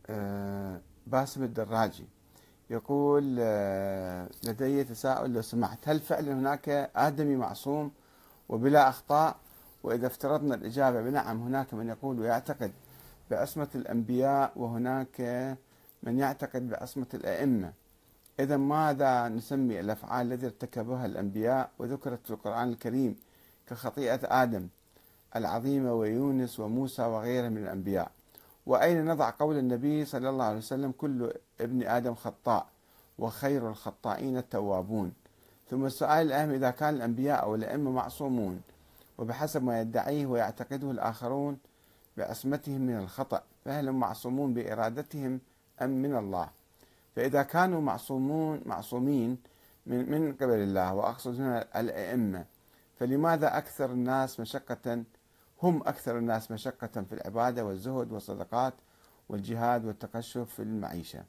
باسم الدراجي يقول لدي تساؤل لو سمحت، هل فعلا هناك آدمي معصوم وبلا أخطاء؟ وإذا افترضنا الإجابة بنعم، هناك من يقول ويعتقد بعصمة الأنبياء وهناك من يعتقد بعصمة الأئمة، إذا ماذا نسمي الأفعال التي ارتكبوها الأنبياء وذكرت في القرآن الكريم كخطيئة آدم العظيمة ويونس وموسى وغيرهم من الأنبياء؟ وأين نضع قول النبي صلى الله عليه وسلم كل ابن آدم خطاء وخير الخطائين التوابون؟ ثم السؤال الأهم، إذا كان الأنبياء أو الأئمة معصومون وبحسب ما يدعيه ويعتقده الآخرون بعصمتهم من الخطأ، فهل هم معصومون بإرادتهم أم من الله؟ فإذا كانوا معصومين من قبل الله، وأقصد هنا الأئمة، فلماذا هم أكثر الناس مشقة في العبادة والزهد والصدقات والجهاد والتقشف في المعيشة؟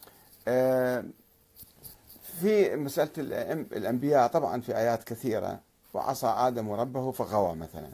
في مسألة الأنبياء طبعا في آيات كثيرة، وعصى آدم ربه فغوى مثلا،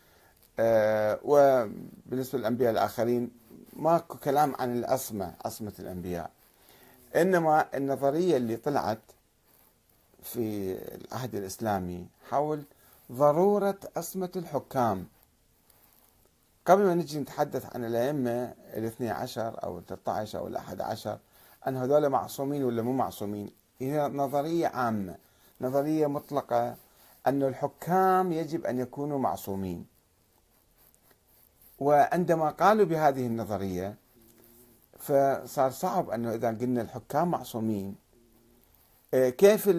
وبالنسبة للأنبياء الآخرين ماكو كلام عن عصمة الأنبياء، إنما النظرية اللي طلعت في العهد الإسلامي حول ضرورة عصمة الحكام. قبل ما نجي نتحدث عن الأئمة الاثني عشر أو 13 أو 11 أن هذول معصومين ولا مو معصومين، هي نظرية عامة، نظرية مطلقة أن الحكام يجب أن يكونوا معصومين. وعندما قالوا بهذه النظرية فصار صعب أنه إذا قلنا الحكام معصومين كيف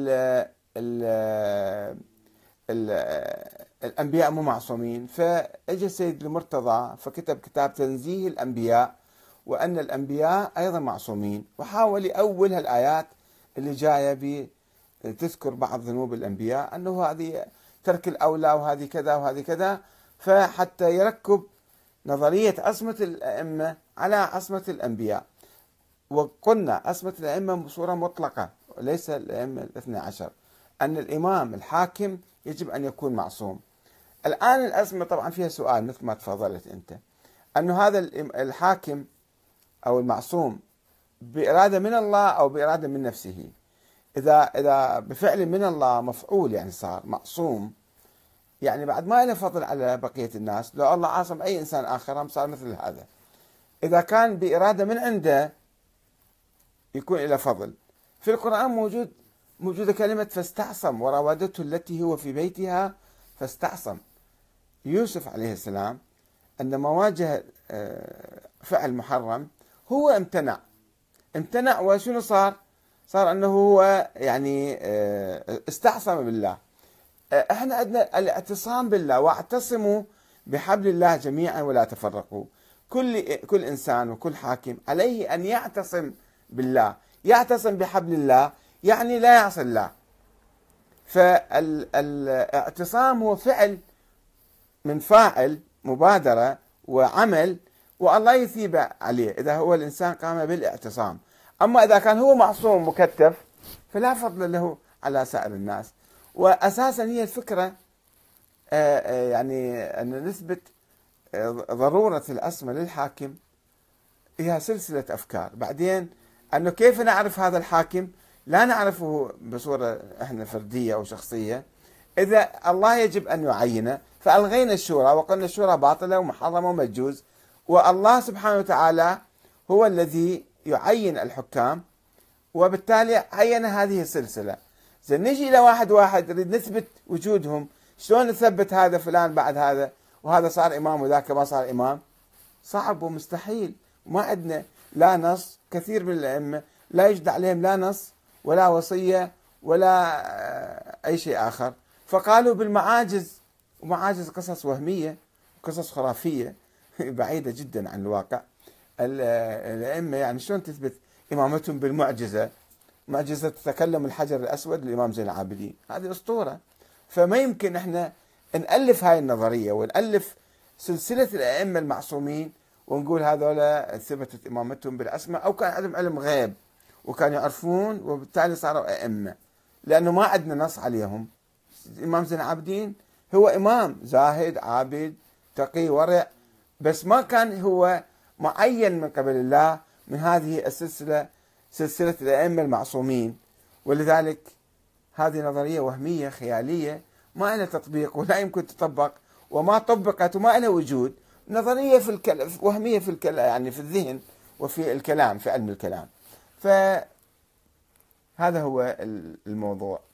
الأنبياء مو معصومين؟ فأجى السيد المرتضى فكتب كتاب تنزيه الأنبياء وأن الأنبياء أيضا معصومين، وحاول يأول هالآيات اللي جاية تذكر بعض ذنوب الأنبياء، أنه هذه ترك الأولى وهذه كذا وهذه كذا، فحتى يركب نظرية عصمة الأئمة على عصمة الأنبياء. وقلنا عصمة الأئمة بصورة مطلقة وليس الأئمة الاثنى عشر، أن الإمام الحاكم يجب أن يكون معصوم. الآن العصمة طبعا فيها سؤال مثل ما تفضلت أنت، أنه هذا الحاكم أو المعصوم بإرادة من الله أو بإرادة من نفسه. إذا بفعل من الله مفعول يعني صار معصوم، يعني بعد ما له فضل على بقية الناس، لو الله عاصم أي إنسان آخر هم صار مثل هذا. إذا كان بإرادة من عنده يكون له فضل. في القرآن موجودة كلمة فاستعصم، وراودته التي هو في بيتها فاستعصم. يوسف عليه السلام عندما واجه فعل محرم هو امتنع وشنو صار أنه هو يعني استعصم بالله. احنا عندنا الاعتصام بالله، واعتصموا بحبل الله جميعا ولا تفرقوا. كل انسان وكل حاكم عليه ان يعتصم بالله، يعتصم بحبل الله يعني لا يعصي الله. فالاعتصام هو فعل من فاعل، مبادرة وعمل، والله يثيب عليه إذا هو الإنسان قام بالاعتصام. أما إذا كان هو معصوم مكتف فلا فضل له على سائر الناس. وأساسا هي الفكرة يعني أن نثبت ضرورة العصمة للحاكم هي سلسلة أفكار. بعدين أنه كيف نعرف هذا الحاكم؟ لا نعرفه بصورة إحنا فردية أو شخصية، إذا الله يجب أن يعينه فألغينا الشورى وقلنا الشورى باطلة ومحرمة ومجوز، والله سبحانه وتعالى هو الذي يعين الحكام، وبالتالي عين هذه السلسلة. زين نجي إلى واحد نريد نثبت وجودهم، شلون نثبت هذا فلان بعد هذا وهذا صار إمام وذاك ما صار إمام؟ صعب ومستحيل. ما عندنا لا نص، كثير من الأئمة لا يجد عليهم لا نص ولا وصية ولا أي شيء آخر، فقالوا بالمعاجز، ومعاجز قصص وهمية قصص خرافية بعيدة جدا عن الواقع. الأئمة يعني شلون تثبت إمامتهم بالمعجزة؟ معجزة تتكلم الحجر الأسود للإمام زين العابدين، هذه أسطورة. فما يمكن إحنا نألف هاي النظرية ونألف سلسلة الأئمة المعصومين ونقول هذولا ثبتت إمامتهم بالعصمة أو كان عندهم علم غيب وكانوا يعرفون وبالتالي صاروا أئمة، لأنه ما عندنا نص عليهم. الإمام زين العابدين هو إمام زاهد عابد تقي ورع، بس ما كان هو معين من قبل الله من هذه السلسلة، سلسلة الأئمة المعصومين. ولذلك هذه نظرية وهمية خيالية ما لها تطبيق ولا يمكن تطبق، وما طبقت وما لها وجود. نظرية وهمية يعني في الذهن وفي الكلام، في علم الكلام. فهذا هو الموضوع.